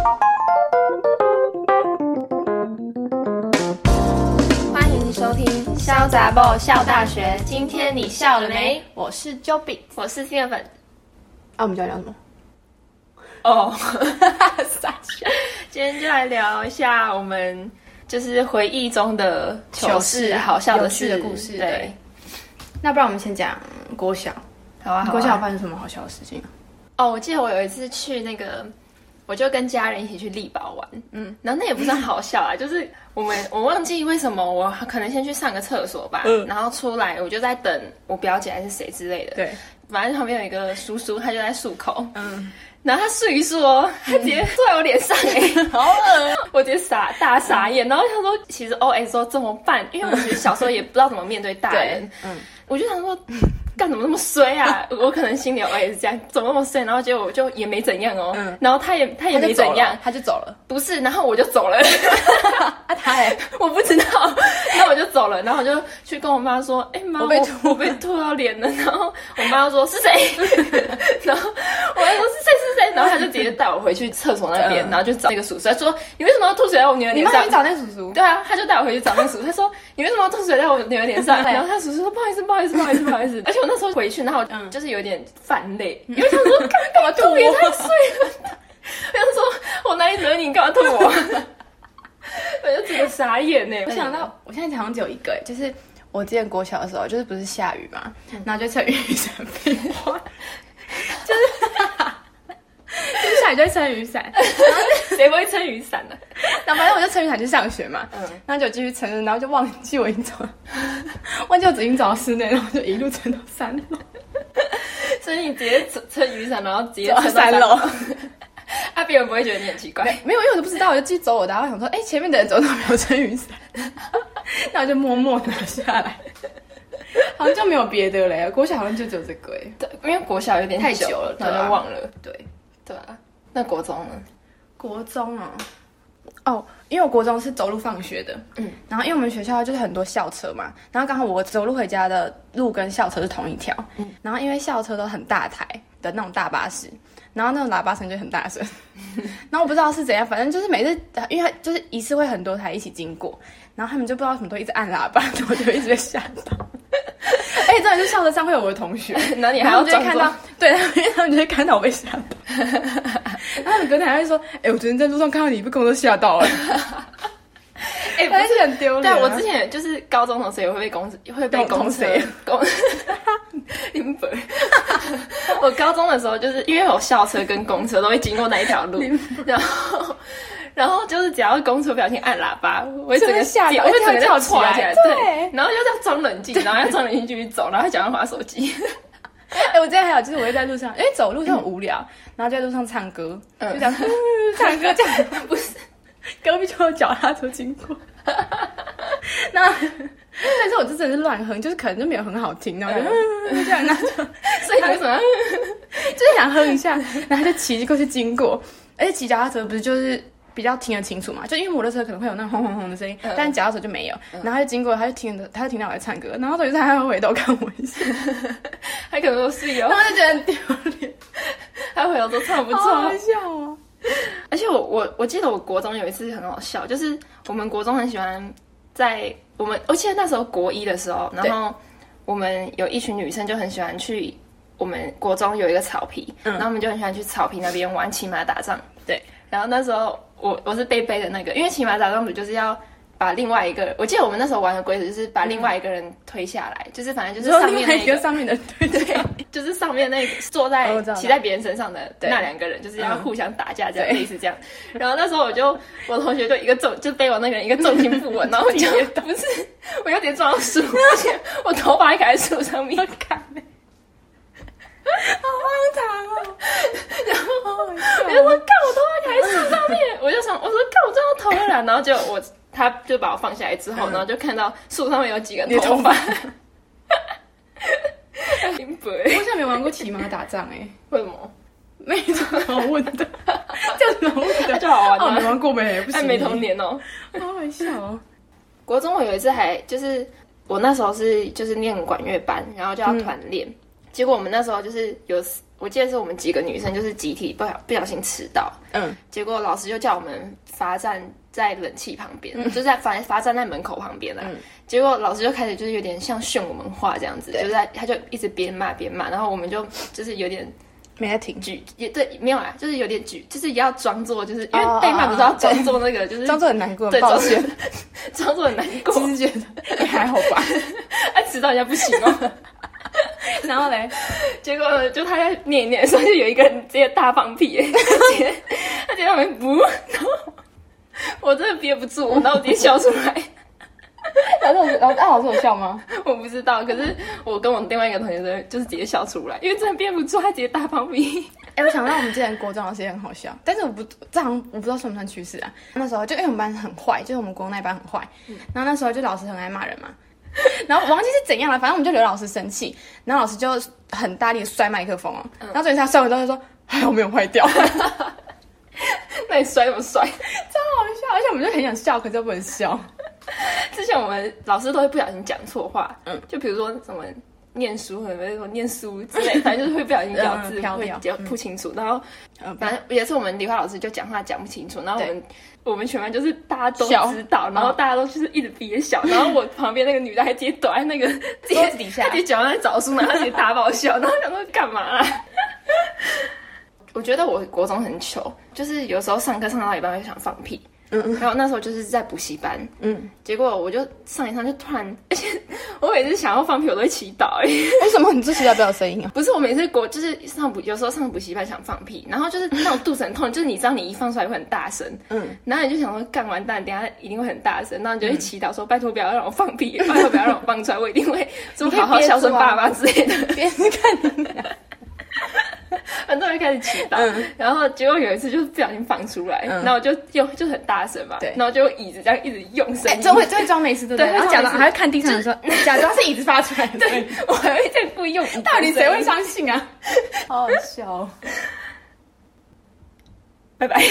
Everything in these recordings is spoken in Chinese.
欢迎收听《笑杂报笑大学》，今天你笑了没？ 我是 Joby， 我是 Steven。 我们就要聊什么？ 哦，今天就来聊一下我们就是回忆中的糗事、好笑的事、 有趣的故事。 对， 那不然我们先讲国小。 好啊， 国小有发生什么好笑的事情啊？ 哦，我记得我有一次去那个，我就跟家人一起去力宝玩，然后那也不算好笑啊，就是我忘记为什么我可能先去上个厕所吧，然后出来我就在等我表姐还是谁之类的， 对， 反正旁边有一个叔叔，他就在漱口，然后他漱一漱哦，他直接坐在我脸上好恶，我直接大傻眼，然后他说其实 OS 说怎么办，因为我其实小时候也不知道怎么面对大人，我就想说。干怎么那么衰啊！我可能心里我也是这样，怎么那么衰？然后结果我就也没怎样哦，然后他也没怎样， 他就走了。 不是，然后我就走了。 他嘞， 我不知道，然后我就走了，然后我就去跟我妈说：“哎妈，我被吐到脸了。”然后我妈说：“是谁？”然后我还说：“是谁？”然后他就直接带我回去厕所那边，然后就找那个叔叔，他说：“你为什么要吐水在我女儿脸上？” 你找那个叔叔？ 对啊，他就带我回去找那个叔叔，他说：“你为什么要吐水在我女儿脸上？”然后他叔叔说：“不好意思。”而且我那时候回去，然后就是有点泛泪，因为他说干嘛吐也太碎了。他就说我哪里惹你，干嘛吐我？我就整个傻眼呢。 我想到我现在好像只有一个，就是我之前国小的时候，就是不是下雨嘛，然后就撑雨伞废话，就是下雨就会撑雨伞，然后谁不会撑雨伞呢？ 然后反正我就撑雨伞去上学嘛，然后就继续撑，然后就忘记我已经走了，忘记我已经走到室内，然后就一路撑到3楼。 所以你直接撑雨伞，然后直接走到3楼。 啊，别人不会觉得你很奇怪？ 没有，因为我都不知道，我就继续走我的，然后想说，前面的人走到没有撑雨伞，然后就默默拿下来，好像就没有别的了。国小好像就只有这个对，因为国小有点太久了， 然后就忘了。 对啊，那国中呢？ 国中哦，因为我国中是走路放学的，然后因为我们学校就是很多校车嘛，然后刚好我走路回家的路跟校车是同一条，然后因为校车都很大台的那种大巴士，然后那种喇叭声就很大声，然后我不知道是怎样，反正就是每次因为就是一次会很多台一起经过，然后他们就不知道什么都一直按喇叭，我就一直被吓到。而且真的是校车上会有我的同学， 然后你还要装看到，对，因为他们就会看到我被吓到，然后他们隔天还会说：“我昨天在路上看到你，被跟我都吓到了。”不是很丢脸。 对，我之前就是高中的时候也会被公车。我高中的时候就是因为有校车跟公车都会经过那一条路，然后就是只要公车不小心按喇叭，我会整个吓到， 我会整个跳起来， 对， 然后就要装冷静，然后要装冷静继续走，然后讲滑手机。 我之前还有就是我会在路上，因为走路就很无聊，然后就在路上唱歌，就这样唱歌这样，不是隔壁就有脚踏车经过，但是我就真的是乱哼，就是可能就没有很好听，然后就这样，然后就所以你为什么就是想哼一下，然后就骑过去经过，而且骑脚踏车不是就是比较听得清楚嘛，就因为摩托车可能会有那种轰轰轰的声音，但脚踏车就没有，然后他就经过，他就听到我在唱歌，然后就是他还会回头看我一下， 还可能说是有， 然后就觉得很丢脸， 他回头都唱不错， 好好笑哦。 而且我记得我国中有一次很好笑，就是我们国中很喜欢我记得那时候国一的时候，然后我们有一群女生就很喜欢去我们国中有一个草皮，然后我们就很喜欢去草皮那边玩骑马打仗。对，然后那时候我是背的那个，因为骑马打仗组就是要把另外一个，我记得我们那时候玩的规则就是把另外一个人推下来，就是反正就是上面那个上面的对， 就是上面那个坐在骑在别人身上的那2个人，就是要互相打架这样，类似这样。然后那时候我同学就一个就背我那个人一个重心不稳，然后我就不是我有点撞到树，而且我头发还卡在树上面看。 好荒唐哦！ 然后我就说：“看我头发卡在树上面。”我说：“看我撞到头了啦。”然后他就把我放下来之后，然后就看到树上面有几根头发。 我好像没玩过骑马打仗为什么？ 没什么好问的，这样子好问的就好玩啊！ 没玩过没？不行， 没童年哦， 好好笑哦。 国中我有一次还就是我那时候是就是念管乐班，然后就要团练。结果我们那时候就是我记得是我们几个女生就是集体不小心迟到，结果老师就叫我们罚站在冷气旁边，就是在罚站在门口旁边啦。结果老师就开始就是有点像训我们话这样子，就是他就一直边骂边骂，然后我们就是有点没在停， 也对，没有啊，就是有点就是要装作就是因为被骂不是要装作那个就是装作很难过， 对， 抱歉， 装作很难过， 其实觉得也还好吧， 迟到人家不行哦。 然后嘞， 结果就他在念一念的时候，就有一个人直接大放屁，他直接在那边不，然后我真的憋不住，然后我直接笑出来。 老师有笑吗？ 我不知道，可是我跟我另外一个同学就是直接笑出来，因为真的憋不住，他直接大放屁。 我想到我们之前国中老师也很好笑，但是我不知道算不算趋势啊。那时候就因为我们班很坏，就是我们国中那一班很坏，然后那时候就老师很爱骂人嘛。然后我忘记是怎样了，反正我们就惹老师生气，然后老师就很大力的摔麦克风哦，然后最后他摔完之后就说还好没有坏掉。 那你摔怎么摔？ 超好笑，而且我们就很想笑，可是又不能笑。 之前我们老师都会不小心讲错话，就比如说什么念书，或者说念书之类，反正就是会不小心咬字会讲不清楚。然后反正也是我们理化老师就讲话讲不清楚，然后我们全班就是大家都知道，然后大家都就是一直憋笑，然后我旁边那个女的还直接躲在那个桌子底下， 直接脚在找书，然后直接大爆笑，然后想说干嘛啊？我觉得我国中很糗，就是有时候上课上到一半会想放屁。然后那时候就是在补习班，结果我就上一上就突然，而且我每次想要放屁我都会祈祷， 为什么你这祈祷不要有声音啊？ 不是，我每次就是有时候上补习班想放屁，然后就是那种肚子很痛，就是你知道你一放出来会很大声，然后你就想说干完蛋，等一下一定会很大声，然后你就会祈祷说拜托不要让我放屁，拜托不要让我放出来，我一定会说好好孝顺爸妈之类的， 别人看你。 很多人开始祈祷，然后结果有一次就是不小心放出来，然后我就很大声嘛，然后就椅子这样一直用声音， 这会装没事，对不对？然后假装还会看地上说，假装是椅子发出来的， 对，我还会这样故意用椅子， 到底谁会相信啊？好好笑哦， 拜拜，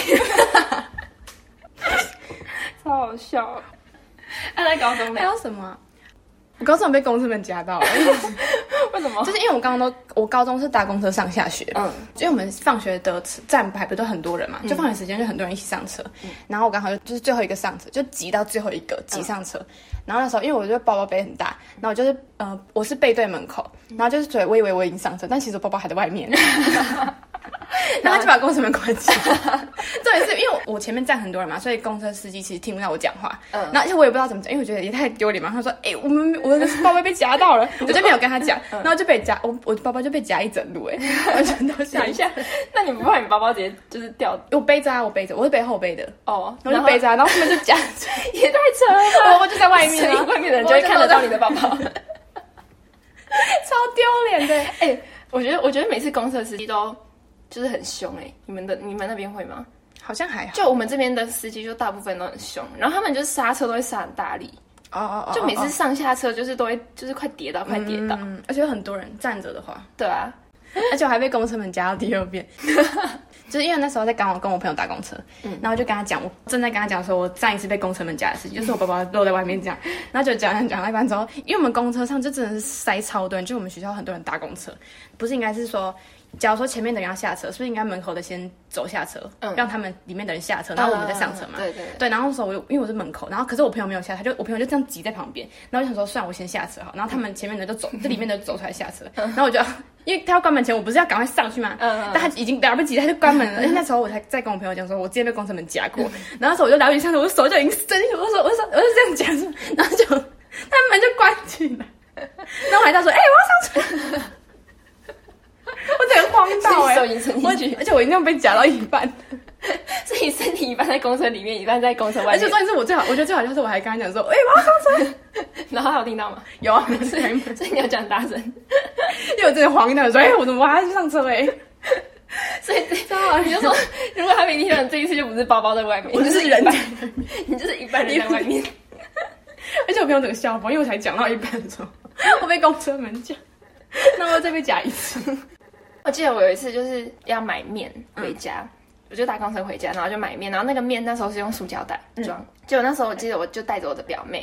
超好笑。在高中还有什么？我高中被公车们夹到了， 为什么？ 就是因为我高中是搭公车上下学，因为我们放学的站排不都很多人嘛，就放学时间就很多人一起上车，然后我刚好就是最后一个上车，就挤到最后一个挤上车，然后那时候因为我就包包背很大，然后我就是我是背对门口，然后就是所以我以为我已经上车，但其实我包包还在外面。然后他就把公车门关起来。重点是因为我前面站很多人嘛，所以公车司机其实听不到我讲话。然后而且我也不知道怎么讲，因为我觉得也太丢脸嘛。他说：“我的包包被夹到了。”我就没有跟他讲，然后就被夹，我包包就被夹一整路，完全都想一下。 那你不怕你包包直接就是掉？ 我背着啊，我是背后背的。 哦， 然后就背着，然后他们就夹， 也太扯了吧！ 我就在外面啊， 外面的人就会看得到你的包包，超丢脸的。 我觉得每次公车司机都就是很凶你们那边会吗？ 好像还好， 就我们这边的司机就大部分都很凶，然后他们就是刹车都会刹很大力，就每次上下车就是都会就是快跌倒， 而且有很多人站着的话， 对啊， 而且我还被公车门夹到第二遍。就是因为那时候在跟我朋友搭公车，然后就跟他讲，我正在跟他讲说我上一次被公车门夹的事情，就是我包包落在外面这样，然后就讲到一半之后，因为我们公车上就真的是塞超多人，就我们学校很多人搭公车，不是应该是说，假如说前面的人要下车，是不是应该门口的先走下车，让他们里面的人下车，然后我们再上车嘛？对。然后那时候因为我是门口，然后可是我朋友没有下，我朋友就这样挤在旁边，然后我就想说，算我先下车好，然后他们前面的就走，这里面的走出来下车，然后我就。因为他要关门前，我不是要赶快上去吗？但他已经来不及，他就关门了。因为那时候我才在跟我朋友讲说，我之前被公车门夹过，然后那时候我就来不及上车，我手就已经伸进去，我就这样夹住，然后就他门就关起来，然后我还在说，我要上车，我整个慌到手已经伸进去， 而且我一定要被夹到一半。 所以身体一半在公车里面，一半在公车外面。 而且重点是我觉得最好就是我还跟他讲说，我要上车， 然后他有听到吗？ 有啊， 所以你要讲大声， 因为我真的慌到说，我怎么还要去上车所以你就说，如果他没听到，这一次就不是包包在外面， 我就是人， 你就是一半人在外面。 而且我朋友整个笑疯，因为我才讲到一半的时候，我被公车门夹，那我再被夹一次。 我记得我有一次就是要买面回家。我就搭公车回家，然后就买面，然后那个面那时候是用塑胶袋装，结果那时候我记得我就带着我的表妹，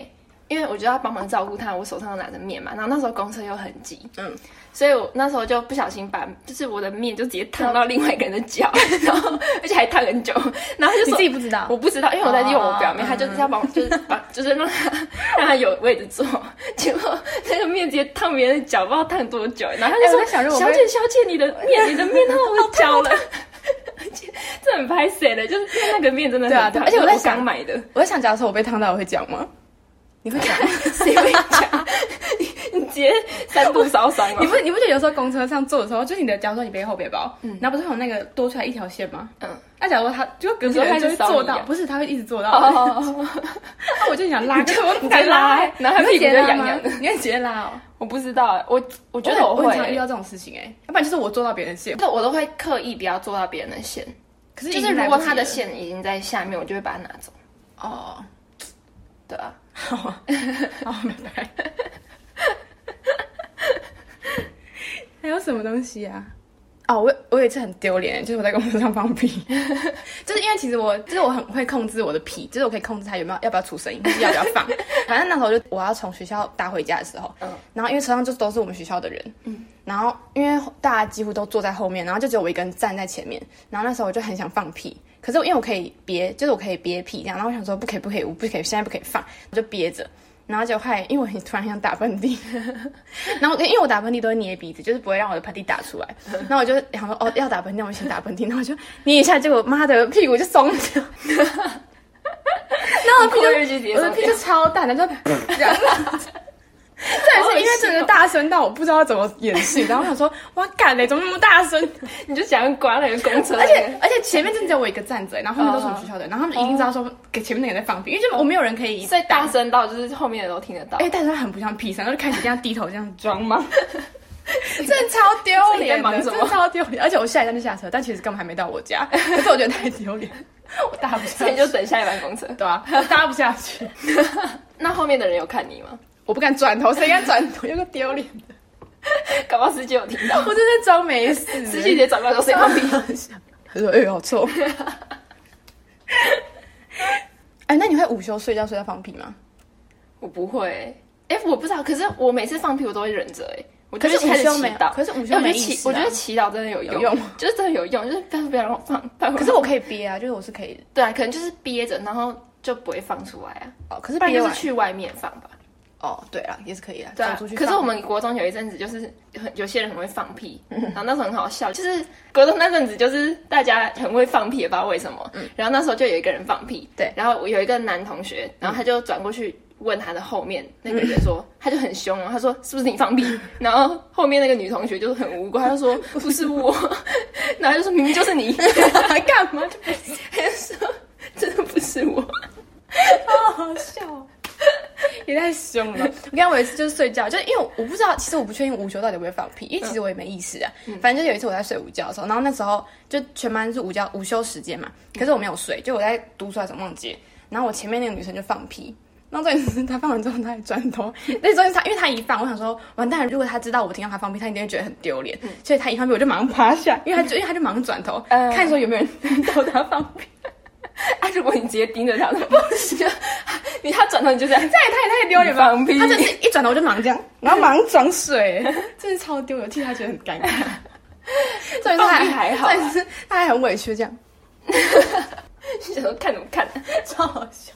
因为我就要帮忙照顾他，我手上拿着面嘛，然后那时候公车又很挤，所以我那时候就不小心把就是我的面就直接烫到另外一个人的脚，然后而且还烫很久，然后他就说你自己不知道， 我不知道，因为我在用我表妹，他就是要帮我就是让他有位置坐，结果那个面直接烫别人的脚，不知道烫多久，然后他就说：“小姐，你的面烫我脚了。”而且这很拍谁的，就是因为那个面真的很烫， 而且我在刚买的， 我在想，假如说我被烫到，我会讲吗？你会讲？ 谁会讲？你直接3度烧伤了。 你不觉得有时候公车上坐的时候，就是你的，假如说你背后背包，然后不是有那个多出来一条线吗？那假如说他就隔壁人就会坐到，不是他会一直坐到。那我就想拉，可我不敢拉， 然后他屁股就痒痒的。 你会直接拉哦？ 我不知道，我觉得我会很常遇到这种事情要不然就是我坐到别人的线， 我都会刻意不要坐到别人的线。可是就是如果他的线已经在下面，我就会把它拿走。 哦， 对啊。 好，明白。还有什么东西啊？我有一次很丢脸，就是我在公车上放屁，就是因为其实我很会控制我的屁，就是我可以控制它要不要出声音，要不要放。反正那时候我要从学校搭回家的时候，然后因为车上就都是我们学校的人，然后因为大家几乎都坐在后面，然后就只有我一个人站在前面，然后那时候我就很想放屁，可是因为我可以憋，就是我可以憋屁这样，然后我想说不可以，现在不可以放，我就憋着。然后就因为我突然想打喷嚏，然后因为我打喷嚏都会捏鼻子，就是不会让我的喷嚏打出来。然后我就想说要打喷嚏，我先打喷嚏，然后我就捏一下，结果妈的屁股就松掉，然后我的屁就超大，然后就这样。这也是因为真的大声到我不知道怎么演戏，然后我想说哇干嘞，怎么那么大声？ 你就想刮那个公车， 而且前面真的只有我一个站着，然后后面都是我们学校的人，然后他们一定知道说给前面那个人在放屁，因为就我没有人可以， 所以大声到就是后面的都听得到。 但是很不像屁声，然后就开始这样低头这样装忙，真的超丢脸的，真的超丢脸。而且我下一站就下车，但其实根本还没到我家，可是我觉得太丢脸，我搭不下去， 所以就等下一班公车， 对啊，搭不下去。 那后面的人有看你吗？ 我不敢转头，谁敢转头？有个丢脸的， 搞不好司机有听到。 我真的装没事， 司机直接转过来说谁放屁？ 他说好臭。那你会午休睡觉放屁吗？ 我不会。我不知道，可是我每次放屁我都会忍着。我可是午休没祷，可是午休没意思。 我觉得祈祷真的有用，就是真的有用，就是不要让我放。可是我可以憋啊，就是我是可以。 对啊，可能就是憋着，然后就不会放出来啊。 可是憋完去外面放吧。 对啦，也是可以啦。 对啊，可是我们国中有一阵子就是有些人很会放屁，然后那时候很好笑，就是国中那阵子就是大家很会放屁，也不知道为什么。然后那时候就有一个人放屁，对，然后有一个男同学，然后他就转过去问他的后面那个人说，他就很凶哦，他说是不是你放屁？然后后面那个女同学就很无辜，他就说不是我，然后他就说明明就是你， 还干嘛？就不是， 他就说真的不是我， 好笑。也太凶了！我刚有一次就是睡觉，就是因为我不知道，其实我不确定午休到底会不会放屁，因为其实我也没意识啊。反正就有一次我在睡午觉的时候，然后那时候就全班是午休时间嘛，可是我没有睡，就我在读书还是忘记，然后我前面那个女生就放屁，然后重点是她放完之后，她还转头，那重点是因为她一放，我想说完蛋了，如果她知道我听到她放屁，她一定会觉得很丢脸，所以她一放屁我就马上趴下，因为她就马上转头看说有没有人听到她放屁。 如果你直接盯着他，不行，他转头你就这样， 这也太丢脸了。 放屁， 他就是一转头就忙这样，然后马上装水，真是超丢脸，替他觉得很尴尬。所以他还好， 但是他还很委屈这样。 想说看怎么看， 超好笑。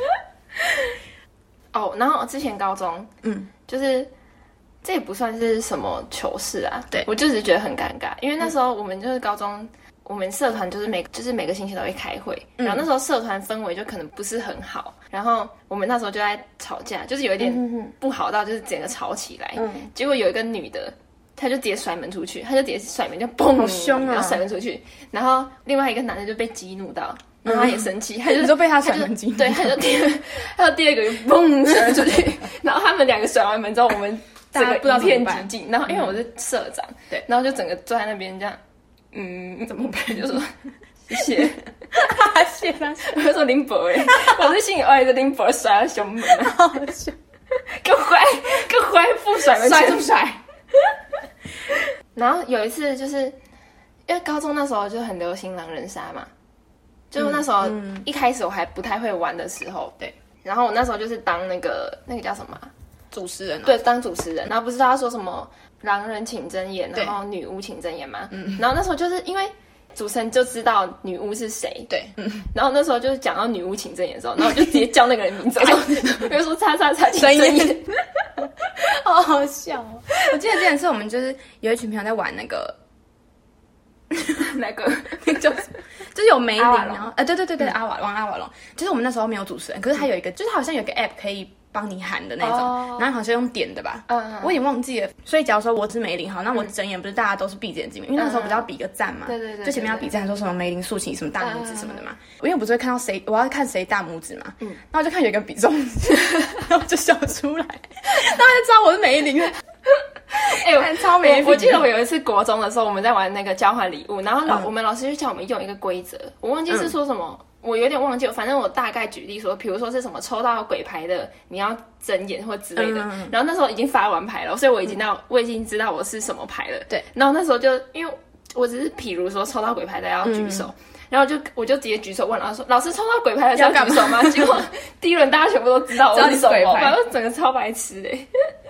然后之前高中，就是这也不算是什么糗事啊，对我就只是觉得很尴尬，因为那时候我们就是高中。我们社团就是每个星期都会开会，然后那时候社团氛围就可能不是很好，然后我们那时候就在吵架，就是有一点不好到就是整个吵起来，结果有一个女的，她就直接甩门出去，她就直接甩门就砰， 好凶啊， 然后甩门出去，然后另外一个男的就被激怒到，然后他也生气，他就都被他甩门激怒， 对，他就第二个就砰甩门出去，然后他们两个甩完门之后，我们整个一片寂静，然后因为我是社长，对，然后就整个坐在那边这样。怎么办？就说谢谢， 谢他。 我就说林博我是心里爱着林博甩到胸门， 好笑， 给我回复甩门甩不甩？ 然后有一次就是因为高中那时候就很流行狼人杀嘛，就那时候一开始我还不太会玩的时候，对， 然后我那时候就是当那个叫什么主持人、 对，当主持人。然后不是他说什么狼人请睁眼，然后女巫请睁眼嘛。然后那时候就是因为主持人就知道女巫是谁， 对， 然后那时候就是讲到女巫请睁眼的时候，然后我就直接叫那个人名字，我就说叉叉叉请睁眼， 好好笑哦！我记得之前是我们就是有一群朋友在玩那个那个就是有梅林，然后对，阿瓦隆，就是我们那时候没有主持人，可是他有一个，就是他好像有一个 app 可以帮你喊的那种，然后好像用点的吧，我有点忘记了。所以假如说我是梅林，好，那我睁眼不是大家都是闭着眼睛，因为那时候不是要比个赞嘛， 对， 就前面要比赞，说什么梅林竖起什么大拇指什么的嘛，因为我不是会看到谁，我要看谁大拇指嘛，然后我就看有一个比中指，然后就笑出来，大家就知道我是梅林。超没我记得我有一次国中的时候，我们在玩那个交换礼物，然后我们老师就叫我们用一个规则，我忘记是说什么，我有点忘记，反正我大概举例说，比如说是什么抽到鬼牌的，你要睁眼或之类的。然后那时候已经发完牌了，所以我已经知道我是什么牌了。对。然后那时候就因为我只是譬如说抽到鬼牌的要举手，然后我就直接举手问老师说：“老师抽到鬼牌的要举手吗？”结果第一轮大家全部都知道我是什么，反正整个超白痴的。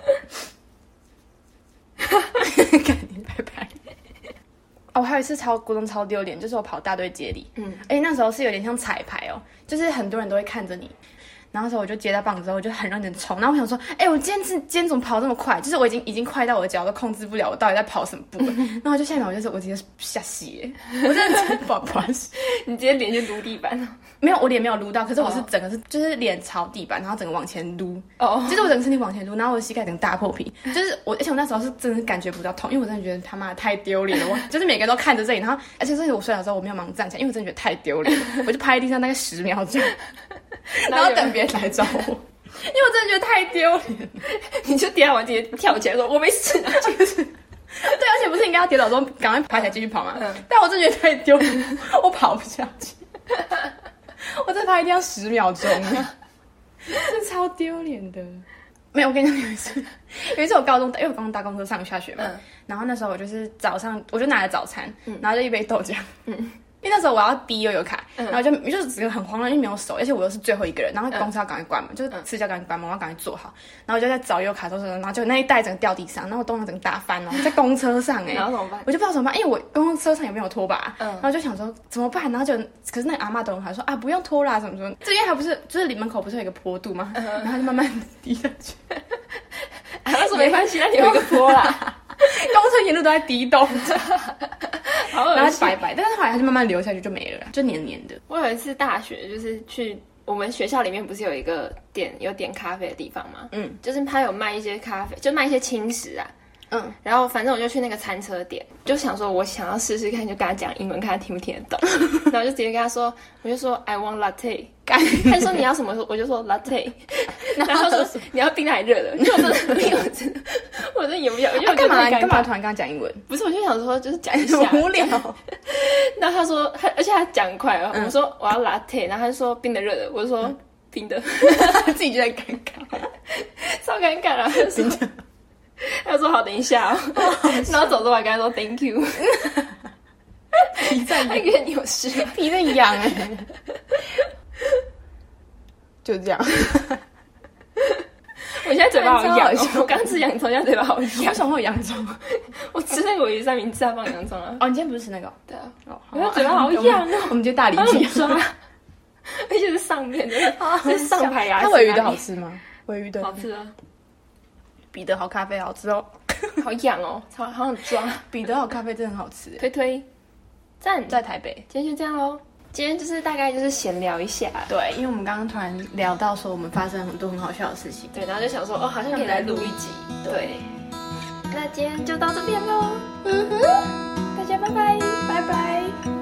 赶紧拜拜。我还有一次国中超丢脸，就是我跑大队接力，那时候是有点像彩排哦，就是很多人都会看着你，然后那时候我就接到棒子之后，我就很认真冲，然后我想说，我今天怎么跑这么快？就是我已经快到我的脚都控制不了，我到底在跑什么步了？然后就下一秒我直接吓死耶！我真的不好意思， 你直接脸就撸地板了？ 没有，我脸没有撸到，可是我是整个是就是脸朝地板，然后整个往前撸，就是我整个身体往前撸，然后我的膝盖整个大破皮，就是而且我那时候是真的感觉不到痛，因为我真的觉得他妈的太丢脸了，我就是每个人都看着这里，然后而且我睡着之后我没有马上站起来，因为我真的觉得太丢脸了，我就趴在地上大概10秒钟。然后等别人来找我，因为我真的觉得太丢脸了。 你就跌倒完直接跳起来说：“我没事。” 就是对，而且不是应该要跌倒之后赶快爬起来继续跑吗？但我真的觉得太丢脸，我跑不下去。我真的趴一定要10秒钟，真超丢脸的。没有，我跟你讲，有一次我高中，因为我高中搭公车上下学嘛，然后那时候我就是早上我就拿了早餐，然后就一杯豆浆，因为那时候我要逼悠游卡，然后就是整个很慌乱，因为没有手，而且我又是最后一个人，然后公司要赶快关门，就是吃交赶紧关门，我要赶快做好，然后我就在找悠游卡的时候，然后就那一袋整个掉地上，然后我东西整个打翻了，在公车上然后怎么办？ 我就不知道怎么办，因为我公车上也没有拖把，然后就想说怎么办，然后可是那个阿嬷都很好说不用拖啦，什么什么，这边还不是就是离门口不是有一个坡度吗？然后就慢慢滴下去， 他说没关系，那里有一个坡啦。 公车沿路都在滴动着，然后白白，但是后来它就慢慢流下去就没了，就黏黏的。 我有一次大学就是去我们学校里面不是有一个有点咖啡的地方吗？就是他有卖一些咖啡，就卖一些轻食啊。然后反正我就去那个餐车店，就想说我想要试试看，就跟他讲英文，看他听不听得懂。然后我就直接跟他说，我就说 I want latte， 他就说你要什么，我就说 latte， 然后他说你要冰的还热的，就我真的没有，我真的有没有？ 干嘛突然跟他讲英文？ 不是，我就想说就是讲一下， 无聊。 然后他说，而且他讲很快哦，我说我要 latte， 然后他就说冰的热的，我就说冰的， 自己觉得尴尬， 超尴尬了，冰的。他说好，等一下然后走着我还跟他说 Thank you， 皮在痒，以为你有事， 皮在痒就这样。 我现在嘴巴好痒我刚吃洋葱，现在嘴巴好痒。 为什么会有洋葱？ 我吃那个鲔鱼三明治放洋葱啊。 你今天不是吃那个？ 对啊。我嘴巴好痒我们今天大理记抓，而且是上面的，是上排牙齿。 它鲔鱼的好吃吗？鲔鱼的好吃啊。 彼得好咖啡好吃哦， 好痒哦，好想抓。 彼得好咖啡真的很好吃， 推赞， 在台北。 今天就这样咯，今天就是大概就是闲聊一下， 对，因为我们刚刚突然聊到说我们发生很多很好笑的事情， 对，然后就想说好像可以来录一集，对。那今天就到这边咯，大家拜拜， 拜拜。